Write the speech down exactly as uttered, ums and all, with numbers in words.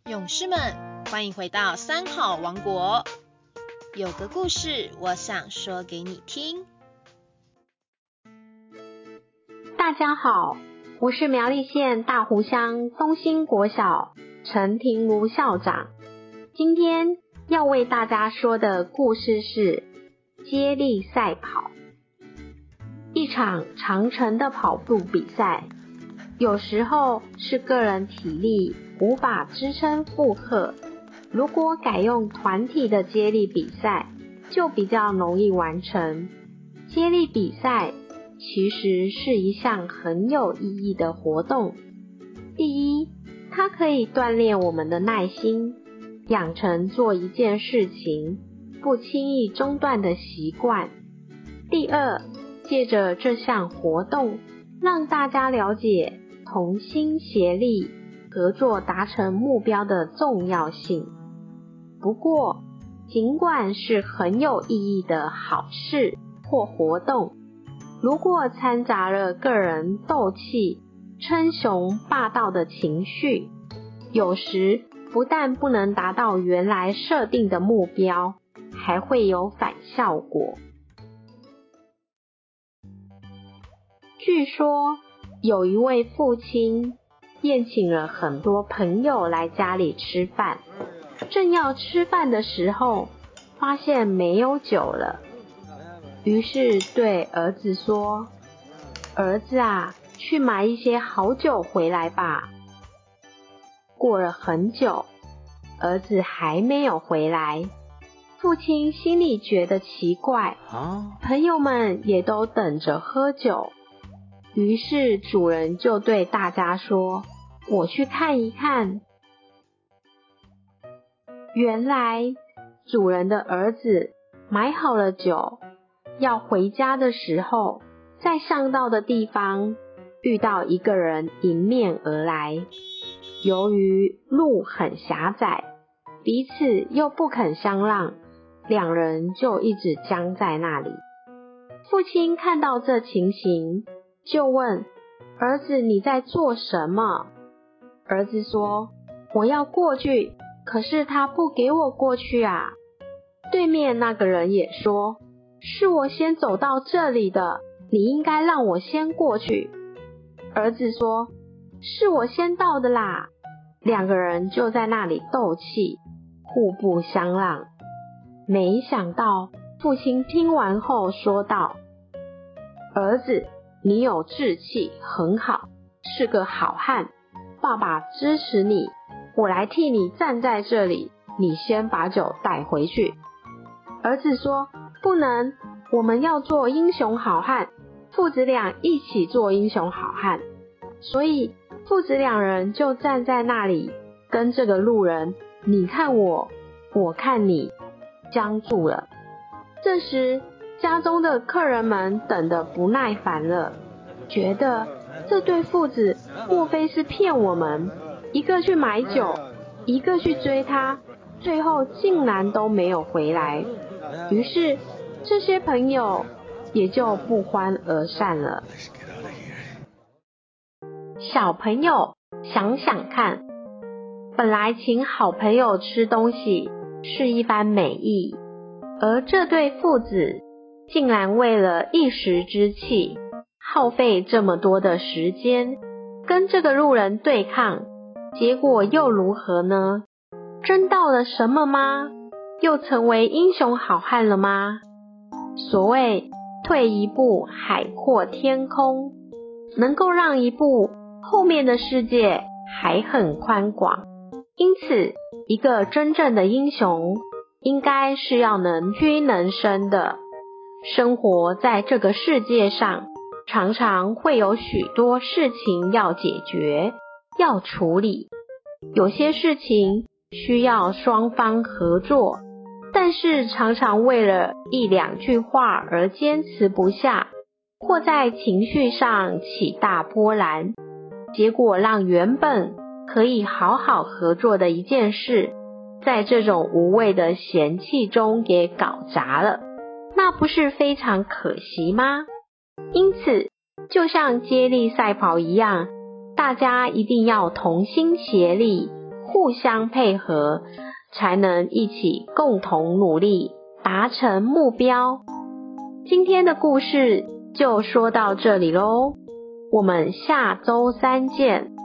勇士们，欢迎回到三好王国。有个故事，我想说给你听。 大家好，我是苗栗县大湖乡东兴国小陈庭如校长。今天要为大家说的故事是接力赛跑。一场长程的跑步比赛，有时候是个人体力无法支撑负荷，如果改用团体的接力比赛，就比较容易完成。接力比赛其实是一项很有意义的活动。第一，它可以锻炼我们的耐心，养成做一件事情不轻易中断的习惯。第二，借着这项活动，让大家了解同心协力、合作达成目标的重要性。不过，尽管是很有意义的好事或活动，如果掺杂了个人斗气、称雄霸道的情绪，有时不但不能达到原来设定的目标，还会有反效果。据说有一位父亲宴请了很多朋友来家里吃饭，正要吃饭的时候，发现没有酒了，于是对儿子说：儿子啊，去买一些好酒回来吧。过了很久，儿子还没有回来，父亲心里觉得奇怪，朋友们也都等着喝酒，于是主人就对大家说：我去看一看。原来主人的儿子买好了酒，要回家的时候，在上道的地方遇到一个人迎面而来。由于路很狭窄，彼此又不肯相让，两人就一直僵在那里。父亲看到这情形，就问儿子：你在做什么？儿子说：我要过去，可是他不给我过去啊。对面那个人也说：是我先走到这里的，你应该让我先过去。儿子说：是我先到的啦。两个人就在那里斗气，互不相让。没想到父亲听完后说道：儿子，你有志气，很好，是个好汉，爸爸支持你，我来替你站在这里，你先把酒带回去。儿子说：不能，我们要做英雄好汉，父子俩一起做英雄好汉。所以父子两人就站在那里，跟这个路人你看我，我看你，僵住了。这时家中的客人们等得不耐烦了，觉得这对父子莫非是骗我们，一个去买酒，一个去追他，最后竟然都没有回来。于是这些朋友也就不欢而散了。小朋友想想看，本来请好朋友吃东西是一番美意，而这对父子竟然为了一时之气，耗费这么多的时间跟这个路人对抗，结果又如何呢？争到了什么吗？又成为英雄好汉了吗？所谓退一步海阔天空，能够让一步后面的世界还很宽广。因此一个真正的英雄应该是要能屈能伸的。生活在这个世界上，常常会有许多事情要解决，要处理，有些事情需要双方合作，但是常常为了一两句话而坚持不下，或在情绪上起大波澜，结果让原本可以好好合作的一件事，在这种无谓的嫌弃中给搞砸了，那不是非常可惜吗？因此就像接力赛跑一样，大家一定要同心协力， 互相配合，才能一起共同努力，达成目标。今天的故事就说到这里咯，我们下周三见。